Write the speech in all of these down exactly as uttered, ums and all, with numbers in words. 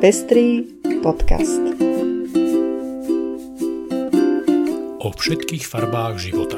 Pestrý podcast. O všetkých farbách života.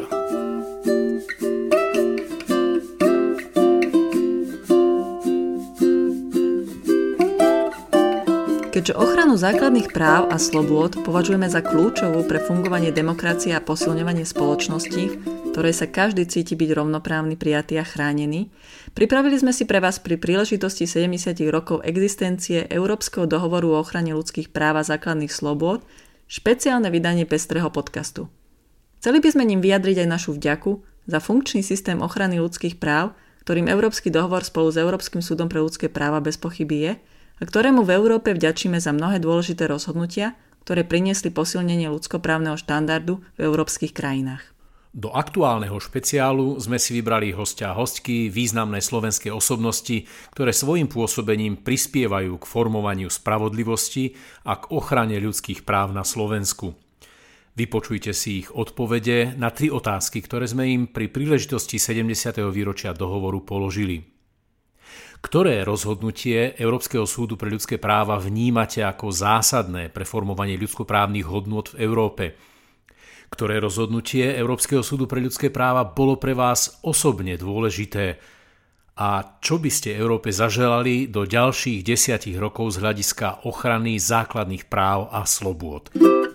Keďže ochranu základných práv a slobôd považujeme za kľúčovú pre fungovanie demokracie a posilňovanie spoločnosti, v ktorej sa každý cíti byť rovnoprávny, prijatý a chránený, pripravili sme si pre vás pri príležitosti sedemdesiat rokov existencie Európskeho dohovoru o ochrane ľudských práv a základných slobôd špeciálne vydanie Pestrého podcastu. Chceli by sme ním vyjadriť aj našu vďaku za funkčný systém ochrany ľudských práv, ktorým Európsky dohovor spolu s Európskym súdom pre ľudské práva bez pochyby je, a ktorému v Európe vďačíme za mnohé dôležité rozhodnutia, ktoré priniesli posilnenie ľudskoprávneho štandardu v európskych krajinách. Do aktuálneho špeciálu sme si vybrali hostia a hostky, významné slovenské osobnosti, ktoré svojím pôsobením prispievajú k formovaniu spravodlivosti a k ochrane ľudských práv na Slovensku. Vypočujte si ich odpovede na tri otázky, ktoré sme im pri príležitosti sedemdesiateho výročia dohovoru položili. Ktoré rozhodnutie Európskeho súdu pre ľudské práva vnímate ako zásadné pre formovanie ľudskoprávnych hodnôt v Európe? Ktoré rozhodnutie Európskeho súdu pre ľudské práva bolo pre vás osobne dôležité? A čo by ste Európe zaželali do ďalších desiatich rokov z hľadiska ochrany základných práv a slobôd?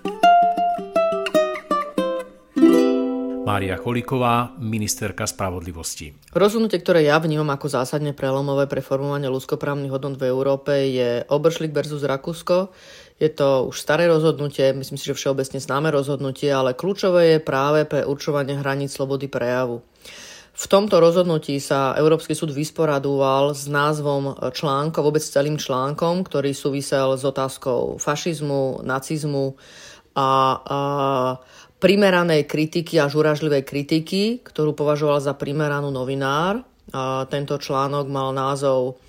Mária Kolíková, ministerka spravodlivosti. Rozhodnutie, ktoré ja vnímam ako zásadne prelomové pre formovanie ľudskoprávnych hodnôt v Európe, je Oberschlick versus Rakúsko. Je to už staré rozhodnutie, myslím si, že všeobecne známe rozhodnutie, ale kľúčové je práve pre určovanie hraníc slobody prejavu. V tomto rozhodnutí sa Európsky súd vysporadoval s názvom článka, vôbec celým článkom, ktorý súvisel s otázkou fašizmu, nacizmu a, a primeranej kritiky a žúražlivej kritiky, ktorú považoval za primeranú novinár. A tento článok mal názov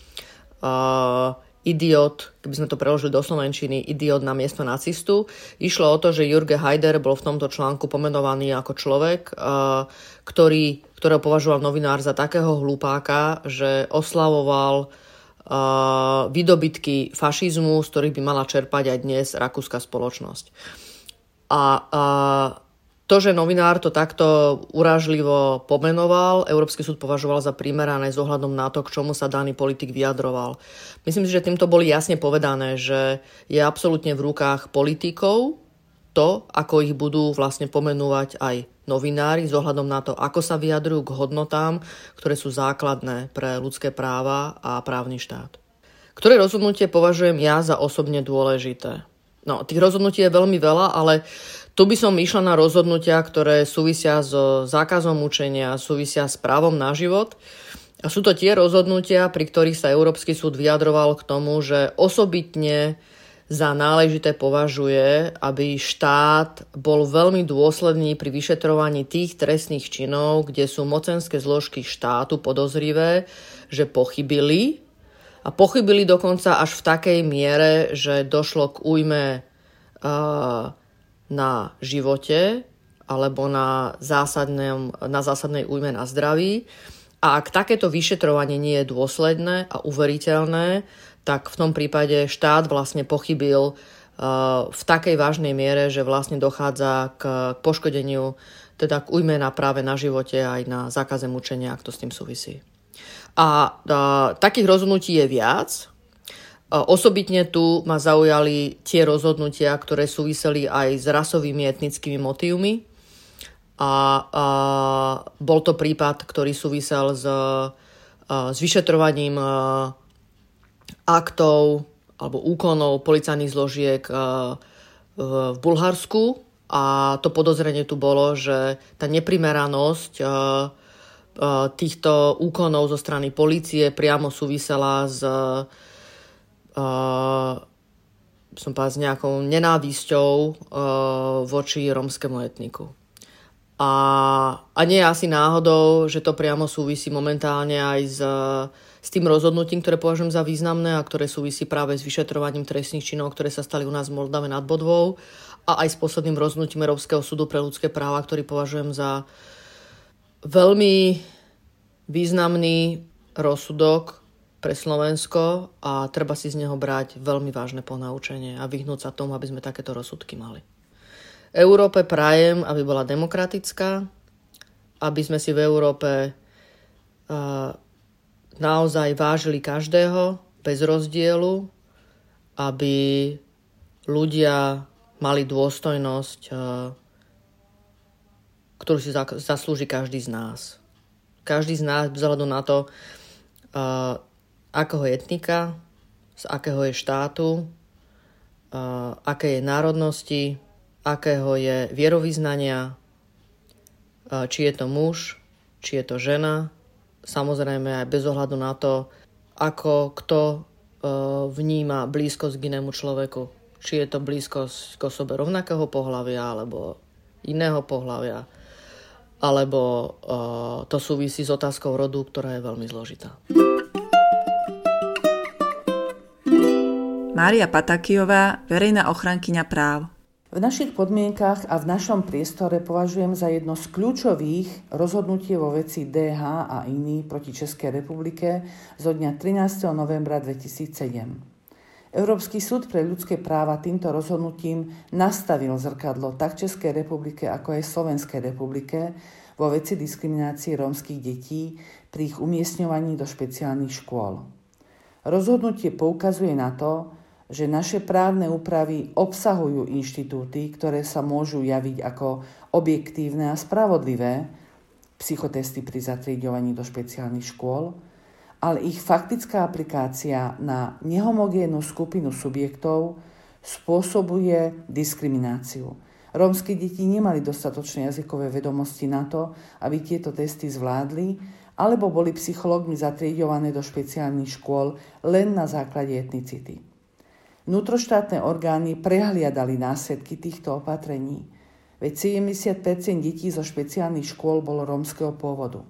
a, Idiot, keby sme to preložili do slovenčiny, Idiot na miesto nacistu. Išlo o to, že Jürgen Haider bol v tomto článku pomenovaný ako človek, a, ktorý, ktorého považoval novinár za takého hlupáka, že oslavoval a, výdobytky fašizmu, z ktorých by mala čerpať aj dnes rakúska spoločnosť. A, a to, že novinár to takto urážlivo pomenoval, Európsky súd považoval za primerané s ohľadom na to, k čomu sa daný politik vyjadroval. Myslím si, že týmto boli jasne povedané, že je absolútne v rukách politikov to, ako ich budú vlastne pomenúvať aj novinári s ohľadom na to, ako sa vyjadrujú k hodnotám, ktoré sú základné pre ľudské práva a právny štát. Ktoré rozhodnutie považujem ja za osobne dôležité? No, tých rozhodnutí je veľmi veľa, ale tu by som išla na rozhodnutia, ktoré súvisia so zákazom mučenia, súvisia s právom na život. A sú to tie rozhodnutia, pri ktorých sa Európsky súd vyjadroval k tomu, že osobitne za náležité považuje, aby štát bol veľmi dôsledný pri vyšetrovaní tých trestných činov, kde sú mocenské zložky štátu podozrivé, že pochybili, a pochybili dokonca až v takej miere, že došlo k újme uh, na živote alebo na, zásadnom, na zásadnej újme na zdraví. A ak takéto vyšetrovanie nie je dôsledné a uveriteľné, tak v tom prípade štát vlastne pochybil uh, v takej vážnej miere, že vlastne dochádza k, k poškodeniu, teda k újme na práve na živote aj na zákaze mučenia, ak to s tým súvisí. A, a takých rozhodnutí je viac. A osobitne tu ma zaujali tie rozhodnutia, ktoré súviseli aj s rasovými etnickými motívmi. A, a bol to prípad, ktorý súvisel s, a, s vyšetrovaním a, aktov alebo úkonov policajných zložiek a, v, v Bulharsku. A to podozrenie tu bolo, že tá neprimeranosť a, týchto úkonov zo strany polície priamo súvisela s, uh, som povedal, s nejakou nenávisťou uh, voči rómskemu etniku. A, a nie je asi náhodou, že to priamo súvisí momentálne aj s, s tým rozhodnutím, ktoré považujem za významné a ktoré súvisí práve s vyšetrovaním trestných činov, ktoré sa stali u nás v Moldave nad Bodvou a aj s posledným rozhodnutím Európskeho súdu pre ľudské práva, ktorý považujem za veľmi významný rozsudok pre Slovensko a treba si z neho brať veľmi vážne ponaučenie a vyhnúť sa tomu, aby sme takéto rozsudky mali. Európe prajem, aby bola demokratická, aby sme si v Európe uh, naozaj vážili každého bez rozdielu, aby ľudia mali dôstojnosť, uh, ktorú si zaslúži každý z nás. Každý z nás vzhľadom na to, uh, akého je etnika, z akého je štátu, uh, aké je národnosti, akého je vierovyznania, uh, či je to muž, či je to žena, samozrejme aj bez ohľadu na to, ako kto uh, vníma blízkosť k inému človeku. Či je to blízkosť k osobe rovnakého pohlavia alebo iného pohlavia, alebo uh, to súvisí s otázkou rodu, ktorá je veľmi zložitá. Mária Patakijová, verejná ochrankyňa práv. V našich podmienkach a v našom priestore považujem za jedno z kľúčových rozhodnutie vo veci dé há a iní proti Českej republike zo dňa trinásteho novembra dvetisícsedem. Európsky súd pre ľudské práva týmto rozhodnutím nastavil zrkadlo tak Českej republike, ako aj Slovenskej republike vo veci diskriminácie rómskych detí pri ich umiestňovaní do špeciálnych škôl. Rozhodnutie poukazuje na to, že naše právne úpravy obsahujú inštitúty, ktoré sa môžu javiť ako objektívne a spravodlivé, psychotesty pri zatriedňovaní do špeciálnych škôl, ale ich faktická aplikácia na nehomogénnu skupinu subjektov spôsobuje diskrimináciu. Rómske deti nemali dostatočné jazykové vedomosti na to, aby tieto testy zvládli, alebo boli psychológmi zatriedňované do špeciálnych škôl len na základe etnicity. Vnútroštátne orgány prehliadali následky týchto opatrení, veď sedemdesiat percent detí zo špeciálnych škôl bolo rómskeho pôvodu.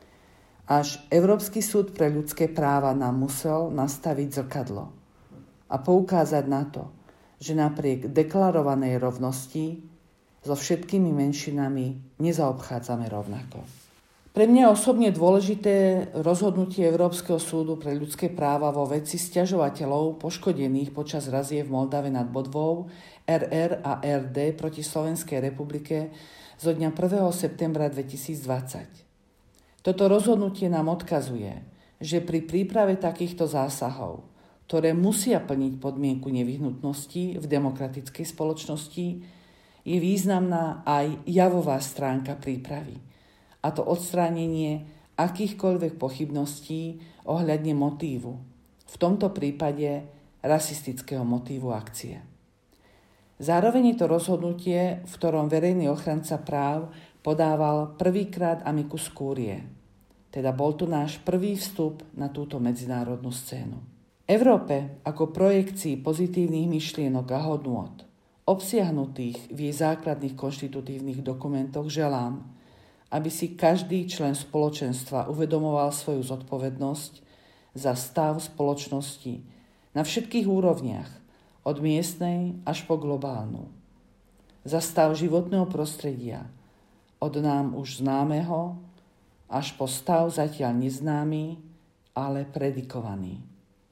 Až Európsky súd pre ľudské práva nám musel nastaviť zrkadlo a poukázať na to, že napriek deklarovanej rovnosti so všetkými menšinami nezaobchádzame rovnako. Pre mňa je osobne dôležité rozhodnutie Európskeho súdu pre ľudské práva vo veci sťažovateľov poškodených počas razie v Moldave nad Bodvou, er er a er dé proti Slovenskej republike zo dňa prvého septembra dvetisícdvadsať. Toto rozhodnutie nám odkazuje, že pri príprave takýchto zásahov, ktoré musia plniť podmienku nevyhnutnosti v demokratickej spoločnosti, je významná aj javová stránka prípravy, a to odstránenie akýchkoľvek pochybností ohľadne motívu, v tomto prípade rasistického motívu akcie. Zároveň je to rozhodnutie, v ktorom verejný ochranca práv podával prvýkrát amicus curiae, teda bol to náš prvý vstup na túto medzinárodnú scénu. Európe ako projekcii pozitívnych myšlienok a hodnôt, obsiahnutých v jej základných konštitutívnych dokumentoch, želám, aby si každý člen spoločenstva uvedomoval svoju zodpovednosť za stav spoločnosti na všetkých úrovniach, od miestnej až po globálnu. Za stav životného prostredia, od nám už známeho až po stav zatiaľ neznámy, ale predikovaný.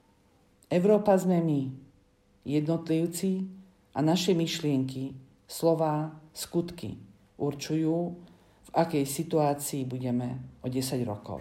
Európa sme my, jednotlivci, a naše myšlienky, slová, skutky určujú, v akej situácii budeme o desať rokov.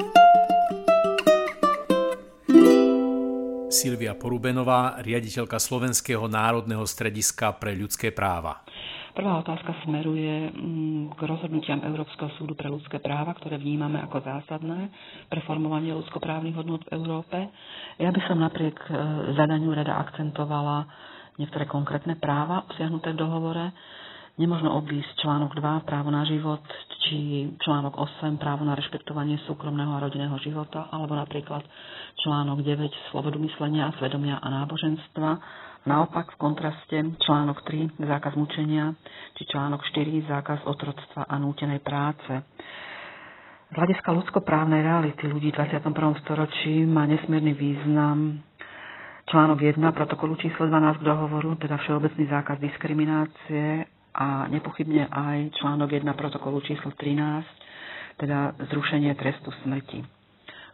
Silvia Porubenová, riaditeľka Slovenského národného strediska pre ľudské práva. Prvá otázka smeruje k rozhodnutiam Európskeho súdu pre ľudské práva, ktoré vnímame ako zásadné pre formovanie ľudskoprávnych hodnôt v Európe. Ja by som napriek zadaniu rada akcentovala niektoré konkrétne práva obsiahnuté v dohovore. Nemožno obísť článok dva, právo na život, či článok osem, právo na rešpektovanie súkromného a rodinného života, alebo napríklad článok deväť, slobodu myslenia, svedomia a náboženstva. Naopak v kontraste článok tri, zákaz mučenia, či článok štyri, zákaz otroctva a nútenej práce. Z hľadiska ľudskoprávnej reality ľudí v dvadsiatom prvom storočí má nesmierny význam článok jeden protokolu číslo dvanásť k dohovoru, teda všeobecný zákaz diskriminácie, a nepochybne aj článok jeden protokolu číslo trinásť, teda zrušenie trestu smrti.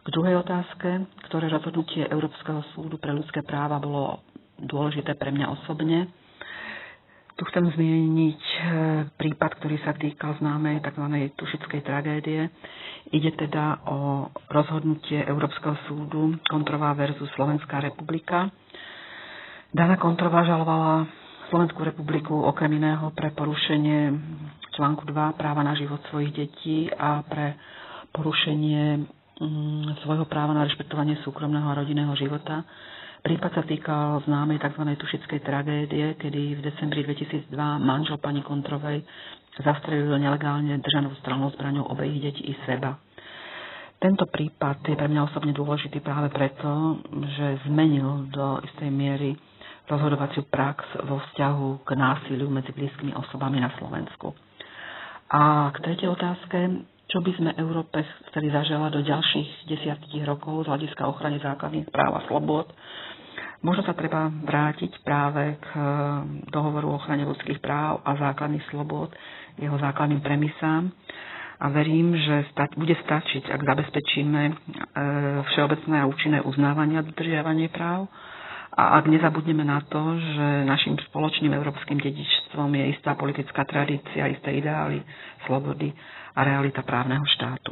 K druhej otázke, ktoré rozhodnutie Európskeho súdu pre ľudské práva bolo dôležité pre mňa osobne. Tu chcem zmieniť prípad, ktorý sa týkal známej tzv. Tušickej tragédie. Ide teda o rozhodnutie Európskeho súdu Kontrova versus Slovenská republika. Daná Kontrova žalovala Slovenskú republiku okrem iného pre porušenie článku dva práva na život svojich detí a pre porušenie mm, svojho práva na rešpektovanie súkromného a rodinného života. Prípad sa týkal známej tzv. Tušickej tragédie, kedy v decembri dvetisícdva manžel pani Kontrovej zastrelil nelegálne držanou strelnou zbraňou obe ich deti i seba. Tento prípad je pre mňa osobne dôležitý práve preto, že zmenil do istej miery rozhodovaciu prax vo vzťahu k násiliu medzi blízkymi osobami na Slovensku. A k tretej otázke, čo by sme Európe chceli zaželať do ďalších desiatich rokov z hľadiska ochrany základných práv a slobôd. Možno sa treba vrátiť práve k dohovoru o ochrane ľudských práv a základných slobôd, jeho základným premisám. A verím, že stať, bude stačiť, ak zabezpečíme e, všeobecné a účinné uznávanie a dodržiavanie práv. A ak nezabudneme na to, že našim spoločným európskym dedičstvom je istá politická tradícia, isté ideály, slobody a realita právneho štátu.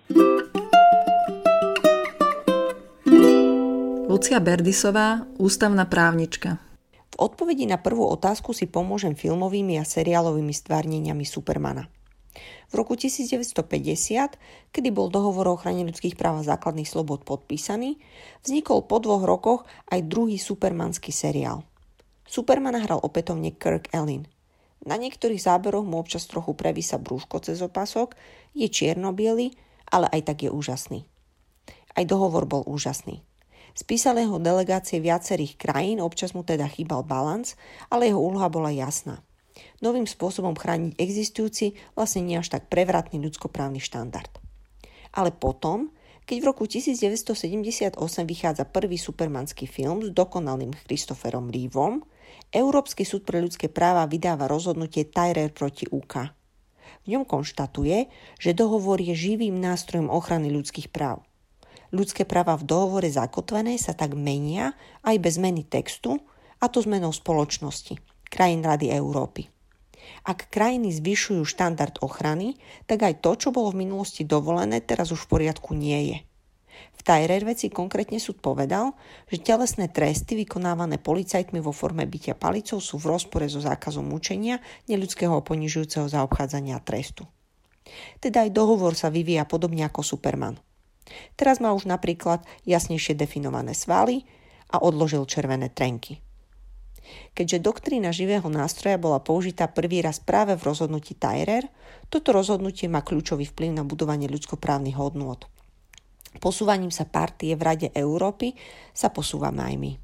Lucia Berdisová, ústavná právnička. V odpovedi na prvú otázku si pomôžem filmovými a seriálovými stvárneniami Supermana. V roku devätnásťstopäťdesiat, kedy bol dohovor o ochrane ľudských práv a základných slobôd podpísaný, vznikol po dvoch rokoch aj druhý supermanský seriál. Supermana hral opätovne Kirk Alyn. Na niektorých záberoch mu občas trochu prevísa brúško cez opasok, je čierno-biely, ale aj tak je úžasný. Aj dohovor bol úžasný. Spísal jeho delegácie viacerých krajín, občas mu teda chýbal balans, ale jeho úloha bola jasná. Novým spôsobom chrániť existujúci, vlastne nie až tak prevratný ľudskoprávny štandard. Ale potom, keď v roku devätnásťstosedemdesiatosem vychádza prvý supermanský film s dokonalým Christopherom Reevom, Európsky súd pre ľudské práva vydáva rozhodnutie Tyrer proti ú ká. V ňom konštatuje, že dohovor je živým nástrojom ochrany ľudských práv. Ľudské práva v dohovore zakotvené sa tak menia aj bez zmeny textu, a to zmenou spoločnosti, krajín Rady Európy. Ak krajiny zvyšujú štandard ochrany, tak aj to, čo bolo v minulosti dovolené, teraz už v poriadku nie je. V Tyrer veci konkrétne súd povedal, že telesné tresty vykonávané policajtmi vo forme bitia palicou sú v rozpore so zákazom mučenia, neľudského a ponižujúceho zaobchádzania trestu. Teda aj dohovor sa vyvíja podobne ako Superman. Teraz má už napríklad jasnejšie definované svaly a odložil červené trenky. Keďže doktrína živého nástroja bola použitá prvý raz práve v rozhodnutí Tyrer, toto rozhodnutie má kľúčový vplyv na budovanie ľudskoprávnych hodnôt. Posúvaním sa partie v Rade Európy sa posúvame aj my.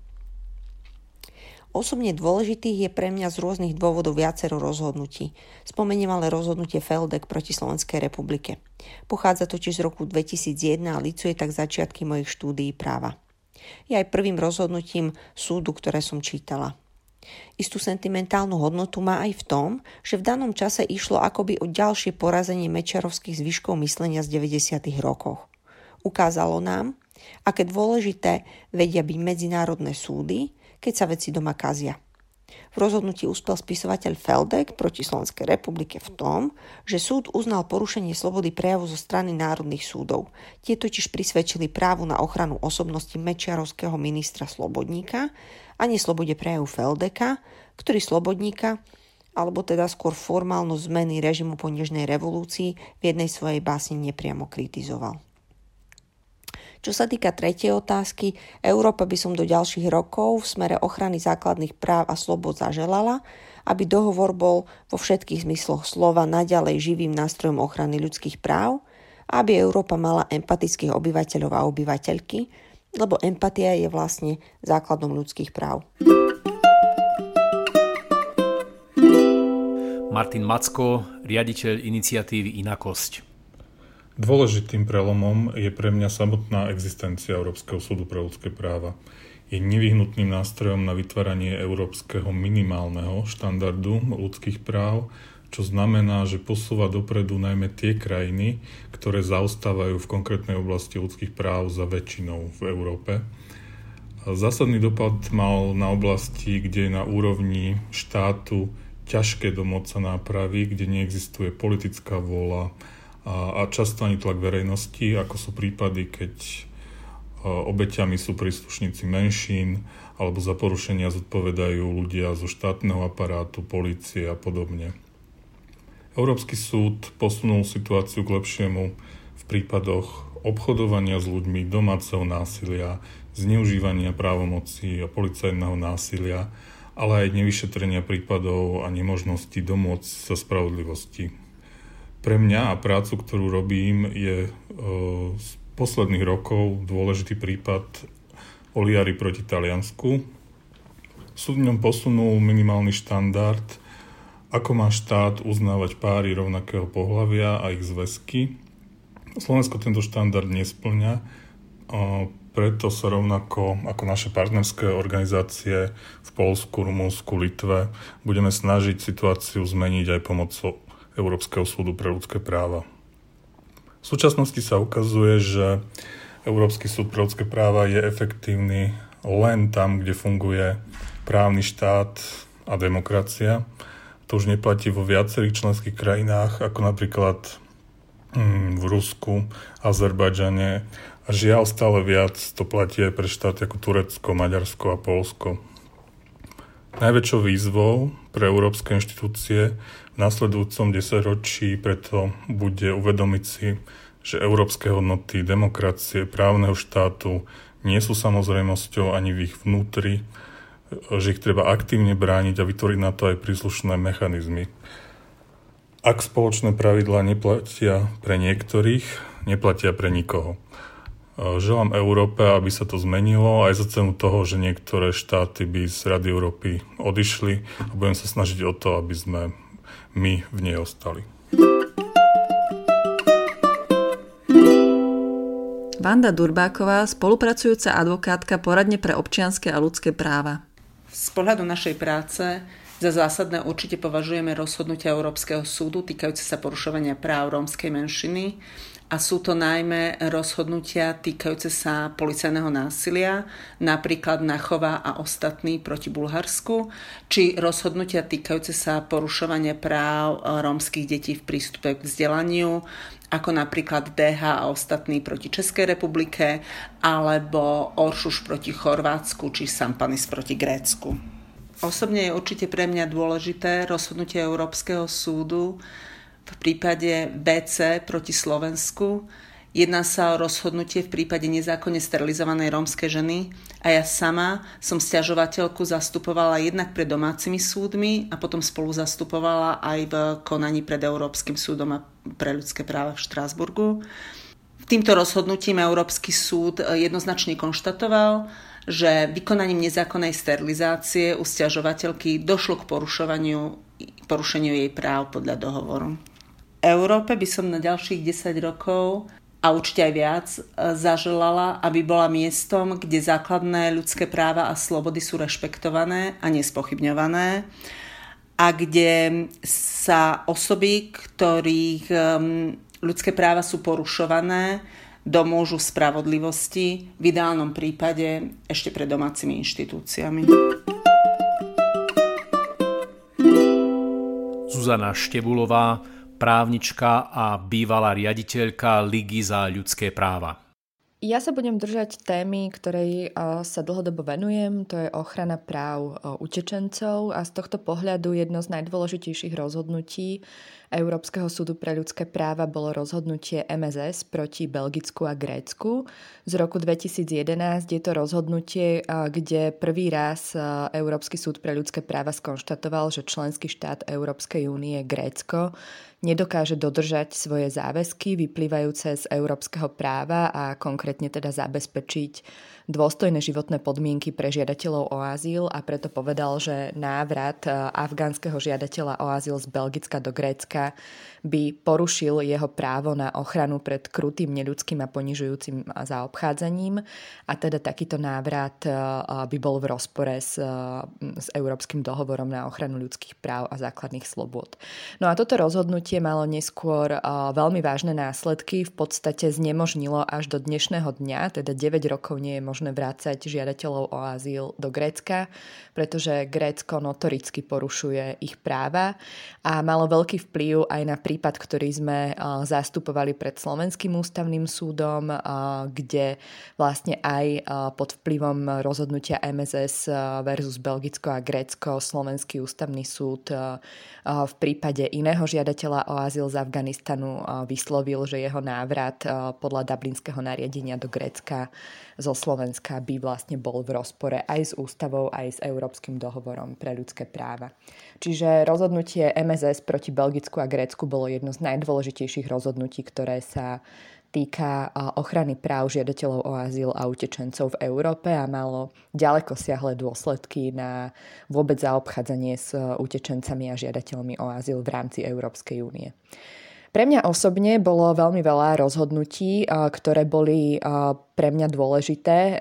Osobne dôležitých je pre mňa z rôznych dôvodov viacero rozhodnutí. Spomeniem ale rozhodnutie Feldek proti Slovenskej republike. Pochádza totiž z roku dvetisícjeden a licuje tak začiatky mojich štúdií práva. Je aj prvým rozhodnutím súdu, ktoré som čítala. Istú sentimentálnu hodnotu má aj v tom, že v danom čase išlo akoby o ďalšie porazenie mečiarovských zvyškov myslenia z deväťdesiatych rokoch. Ukázalo nám, aké dôležité vedia byť medzinárodné súdy, keď sa veci doma kazia. V rozhodnutí uspel spisovateľ Feldek proti Slovenskej republike v tom, že súd uznal porušenie slobody prejavu zo strany národných súdov. Tie totiž prisvedčili právu na ochranu osobnosti mečiarovského ministra Slobodníka a neslobode prejavu Feldeka, ktorý Slobodníka, alebo teda skôr formálnu zmeny režimu po nežnej revolúcii v jednej svojej básni nepriamo kritizoval. Čo sa týka tretej otázky, Európa by som do ďalších rokov v smere ochrany základných práv a slobod zaželala, aby dohovor bol vo všetkých zmysloch slova naďalej živým nástrojom ochrany ľudských práv a aby Európa mala empatických obyvateľov a obyvateľky, lebo empatia je vlastne základom ľudských práv. Martin Macko, riaditeľ iniciatívy Inakosť. Dôležitým prelomom je pre mňa samotná existencia Európskeho súdu pre ľudské práva. Je nevyhnutným nástrojom na vytváranie európskeho minimálneho štandardu ľudských práv čo znamená, že posúva dopredu najmä tie krajiny, ktoré zaostávajú v konkrétnej oblasti ľudských práv za väčšinou v Európe. Zásadný dopad mal na oblasti, kde je na úrovni štátu ťažké domôcť sa nápravy, kde neexistuje politická vôľa a, a často ani tlak verejnosti, ako sú prípady, keď obeťami sú príslušníci menšín alebo za porušenia zodpovedajú ľudia zo štátneho aparátu, polície a podobne. Európsky súd posunul situáciu k lepšiemu v prípadoch obchodovania s ľuďmi, domáceho násilia, zneužívania právomocí a policajného násilia, ale aj nevyšetrenia prípadov a nemožnosti domôcť sa spravodlivosti. Pre mňa a prácu, ktorú robím, je e, z posledných rokov dôležitý prípad Oliari proti Taliansku. Súd v ňom posunul minimálny štandard, ako má štát uznávať páry rovnakého pohlavia a ich zväzky. Slovensko tento štandard nespĺňa, preto sa rovnako ako naše partnerské organizácie v Poľsku, Rumunsku, Litve budeme snažiť situáciu zmeniť aj pomocou Európskeho súdu pre ľudské práva. V súčasnosti sa ukazuje, že Európsky súd pre ľudské práva je efektívny len tam, kde funguje právny štát a demokracia. To už neplatí vo viacerých členských krajinách, ako napríklad mm, v Rusku, Azerbajdžane a žiaľ stále viac to platí aj pre štáty ako Turecko, Maďarsko a Poľsko. Najväčšou výzvou pre európske inštitúcie v nasledujúcom desaťročí preto bude uvedomiť si, že európske hodnoty demokracie, právneho štátu nie sú samozrejmosťou ani v ich vnútri, že ich treba aktívne brániť a vytvoriť na to aj príslušné mechanizmy. Ak spoločné pravidlá neplatia pre niektorých, neplatia pre nikoho. Želám Európe, aby sa to zmenilo, aj za cenu toho, že niektoré štáty by z Rady Európy odišli a budem sa snažiť o to, aby sme my v nej ostali. Vanda Durbáková, spolupracujúca advokátka poradne pre občianske a ľudské práva. Z pohľadu našej práce za zásadné určite považujeme rozhodnutia Európskeho súdu týkajúce sa porušovania práv rómskej menšiny a sú to najmä rozhodnutia týkajúce sa policajného násilia, napríklad Nachová a ostatní proti Bulharsku, či rozhodnutia týkajúce sa porušovania práv rómskych detí v prístupe k vzdelaniu, ako napríklad dé há a ostatní proti Českej republike, alebo Oršuš proti Chorvátsku, či Sampanis proti Grécku. Osobne je určite pre mňa dôležité rozhodnutie Európskeho súdu v prípade bé cé proti Slovensku. Jedná sa o rozhodnutie v prípade nezákonne sterilizovanej rómskej ženy a ja sama som sťažovateľku zastupovala jednak pred domácimi súdmi a potom spolu zastupovala aj v konaní pred Európskym súdom a pre ľudské práva v Štrasburgu. Týmto rozhodnutím Európsky súd jednoznačne konštatoval, že vykonaním nezákonnej sterilizácie u sťažovateľky došlo k porušovaniu, porušeniu jej práv podľa dohovoru. Európe by som na ďalších desať rokov a určite aj viac zaželala, aby bola miestom, kde základné ľudské práva a slobody sú rešpektované a nespochybňované a kde sa osoby, ktorých ľudské práva sú porušované, domôžu spravodlivosti, v ideálnom prípade ešte pred domácimi inštitúciami. Zuzana Štebulová, právnička a bývalá riaditeľka Ligy za ľudské práva. Ja sa budem držať témy, ktorej sa dlhodobo venujem, to je ochrana práv utečencov a z tohto pohľadu jedno z najdôležitejších rozhodnutí Európskeho súdu pre ľudské práva bolo rozhodnutie em es es proti Belgicku a Grécku. Z roku dvetisíc jedenásť je to rozhodnutie, kde prvý raz Európsky súd pre ľudské práva skonštatoval, že členský štát Európskej únie, Grécko, nedokáže dodržať svoje záväzky vyplývajúce z európskeho práva a konkrétne teda zabezpečiť dôstojné životné podmienky pre žiadateľov o azyl a preto povedal, že návrat afgánskeho žiadateľa o azyl z Belgicka do Grécka Grécka by porušil jeho právo na ochranu pred krutým, neľudským a ponižujúcim zaobchádzaním a teda takýto návrat by bol v rozpore s, s Európskym dohovorom na ochranu ľudských práv a základných slobôd. No a toto rozhodnutie malo neskôr veľmi vážne následky, v podstate znemožnilo až do dnešného dňa, teda deväť rokov nie je možné vrácať žiadateľov o azyl do Grécka, pretože Grécko notoricky porušuje ich práva a malo veľký vplyv aj na prípad, ktorý sme zastupovali pred Slovenským ústavným súdom, kde vlastne aj pod vplyvom rozhodnutia em es es versus Belgicko a Grécko Slovenský ústavný súd v prípade iného žiadateľa o azyl z Afganistanu vyslovil, že jeho návrat podľa dublinského nariadenia do Grécka zo Slovenska by vlastne bol v rozpore aj s ústavou, aj s Európskym dohovorom pre ľudské práva. Čiže rozhodnutie em es es proti Belgicku a Grécku bolo jedno z najdôležitejších rozhodnutí, ktoré sa týka ochrany práv žiadateľov o azyl a utečencov v Európe a malo ďaleko siahle dôsledky na vôbec zaobchádzanie s utečencami a žiadateľmi o azyl v rámci Európskej únie. Pre mňa osobne bolo veľmi veľa rozhodnutí, ktoré boli pre mňa dôležité.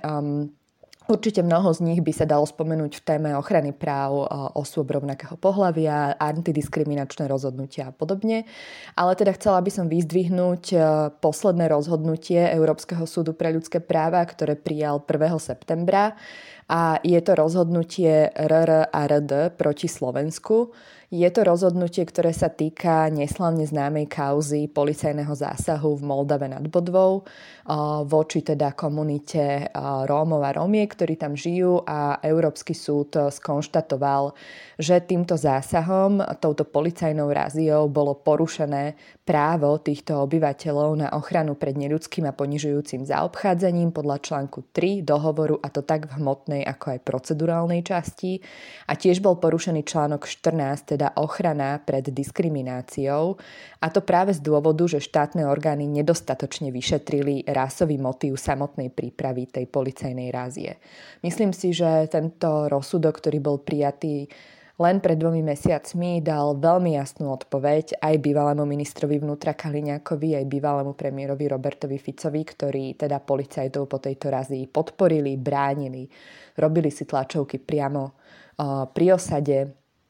Určite mnoho z nich by sa dalo spomenúť v téme ochrany práv osôb rovnakého pohlavia, antidiskriminačné rozhodnutia a podobne. Ale teda chcela by som vyzdvihnúť posledné rozhodnutie Európskeho súdu pre ľudské práva, ktoré prijal prvého septembra. A je to rozhodnutie er er a er dé proti Slovensku. Je to rozhodnutie, ktoré sa týka neslávne známej kauzy policajného zásahu v Moldave nad Bodvou voči teda komunite Rómov a Rómiek, ktorí tam žijú a Európsky súd skonštatoval, že týmto zásahom, touto policajnou raziou bolo porušené právo týchto obyvateľov na ochranu pred neľudským a ponižujúcim zaobchádzaním podľa článku tri dohovoru, a to tak v hmotnej ako aj procedurálnej časti. A tiež bol porušený článok štrnásť, teda ochrana pred diskrimináciou, a to práve z dôvodu, že štátne orgány nedostatočne vyšetrili rasový motív samotnej prípravy tej policajnej razie. Myslím si, že tento rozsudok, ktorý bol prijatý len pred dvomi mesiacmi, dal veľmi jasnú odpoveď aj bývalému ministrovi vnútra Kaliňákovi, aj bývalému premiérovi Robertovi Ficovi, ktorí teda policajtov po tejto razii podporili, bránili, robili si tlačovky priamo uh, pri osade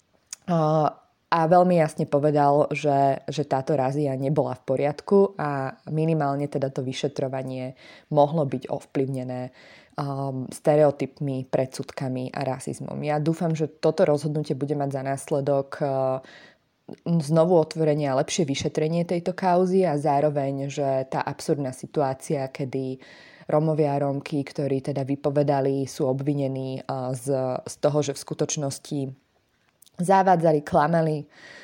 uh, a veľmi jasne povedal, že, že táto razia nebola v poriadku a minimálne teda to vyšetrovanie mohlo byť ovplyvnené um, stereotypmi, predsudkami a rasizmom. Ja dúfam, že toto rozhodnutie bude mať za následok uh, znovu otvorenie a lepšie vyšetrenie tejto kauzy a zároveň, že tá absurdná situácia, kedy Rómovia a Rómky, ktorí teda vypovedali, sú obvinení uh, z, z toho, že v skutočnosti zavádzali, klamali,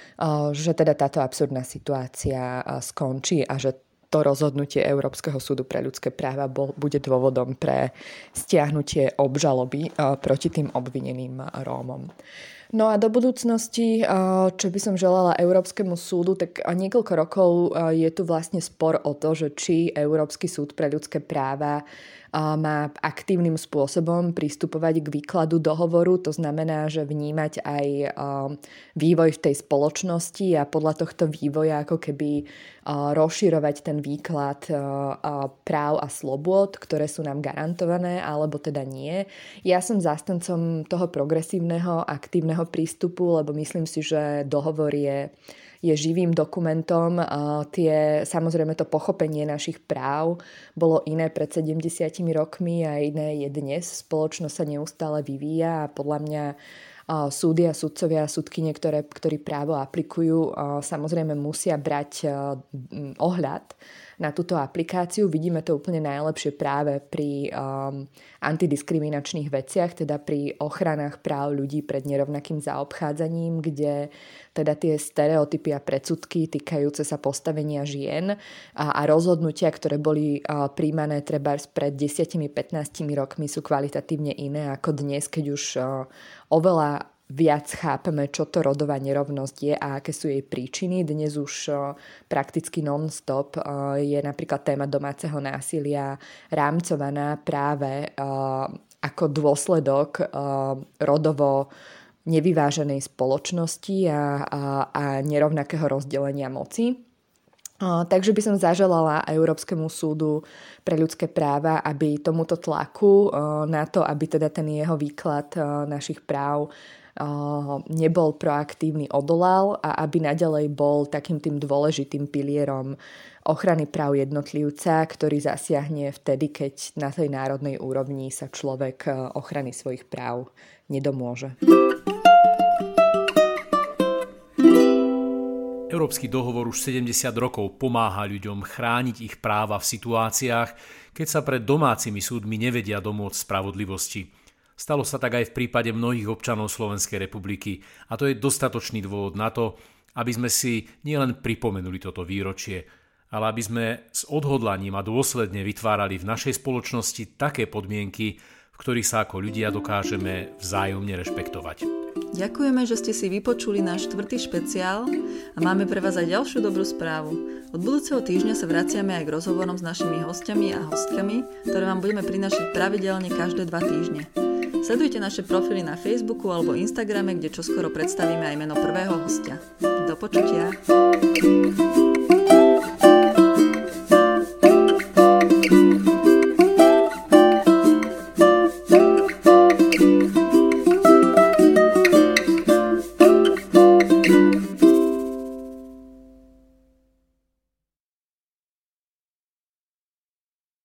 že teda táto absurdná situácia skončí a že to rozhodnutie Európskeho súdu pre ľudské práva bol, bude dôvodom pre stiahnutie obžaloby proti tým obvineným Rómom. No a do budúcnosti, čo by som želala Európskemu súdu, tak niekoľko rokov je tu vlastne spor o to, že či Európsky súd pre ľudské práva má aktívnym spôsobom pristupovať k výkladu dohovoru. To znamená, že vnímať aj vývoj v tej spoločnosti a podľa tohto vývoja ako keby rozširovať ten výklad práv a slobôd, ktoré sú nám garantované, alebo teda nie. Ja som zástancom toho progresívneho, aktívneho prístupu, lebo myslím si, že dohovor je je živým dokumentom. Tie, samozrejme to pochopenie našich práv bolo iné pred sedemdesiatimi rokmi a iné je dnes. Spoločnosť sa neustále vyvíja a podľa mňa súdy a sudcovia a sudkyne, ktoré, ktorí právo aplikujú, samozrejme musia brať ohľad na túto aplikáciu. Vidíme to úplne najlepšie práve pri um, antidiskriminačných veciach, teda pri ochranách práv ľudí pred nerovnakým zaobchádzaním, kde teda tie stereotypy a predsudky týkajúce sa postavenia žien a, a rozhodnutia, ktoré boli uh, príjmané trebárs pred desať až pätnásť rokmi, sú kvalitatívne iné ako dnes, keď už uh, oveľa viac chápeme, čo to rodová nerovnosť je a aké sú jej príčiny. Dnes už prakticky non-stop je napríklad téma domáceho násilia rámcovaná práve ako dôsledok rodovo nevyváženej spoločnosti a, a, a nerovnakého rozdelenia moci. Takže by som zaželala Európskemu súdu pre ľudské práva, aby tomuto tlaku na to, aby teda ten jeho výklad našich práv nebol proaktívny, odolal a aby naďalej bol takým tým dôležitým pilierom ochrany práv jednotlivca, ktorý zasiahne vtedy, keď na tej národnej úrovni sa človek ochrany svojich práv nedomôže. Európsky dohovor už sedemdesiat rokov pomáha ľuďom chrániť ich práva v situáciách, keď sa pred domácimi súdmi nevedia domôcť spravodlivosti. Stalo sa tak aj v prípade mnohých občanov Slovenskej republiky a to je dostatočný dôvod na to, aby sme si nielen pripomenuli toto výročie, ale aby sme s odhodlaním a dôsledne vytvárali v našej spoločnosti také podmienky, v ktorých sa ako ľudia dokážeme vzájomne rešpektovať. Ďakujeme, že ste si vypočuli náš štvrtý špeciál a máme pre vás aj ďalšiu dobrú správu. Od budúceho týždňa sa vraciame aj k rozhovorom s našimi hostiami a hostkami, ktoré vám budeme prinášať pravidelne každé dva týždne. Sledujte naše profily na Facebooku alebo Instagrame, kde čoskoro predstavíme aj meno prvého hostia. Do počutia!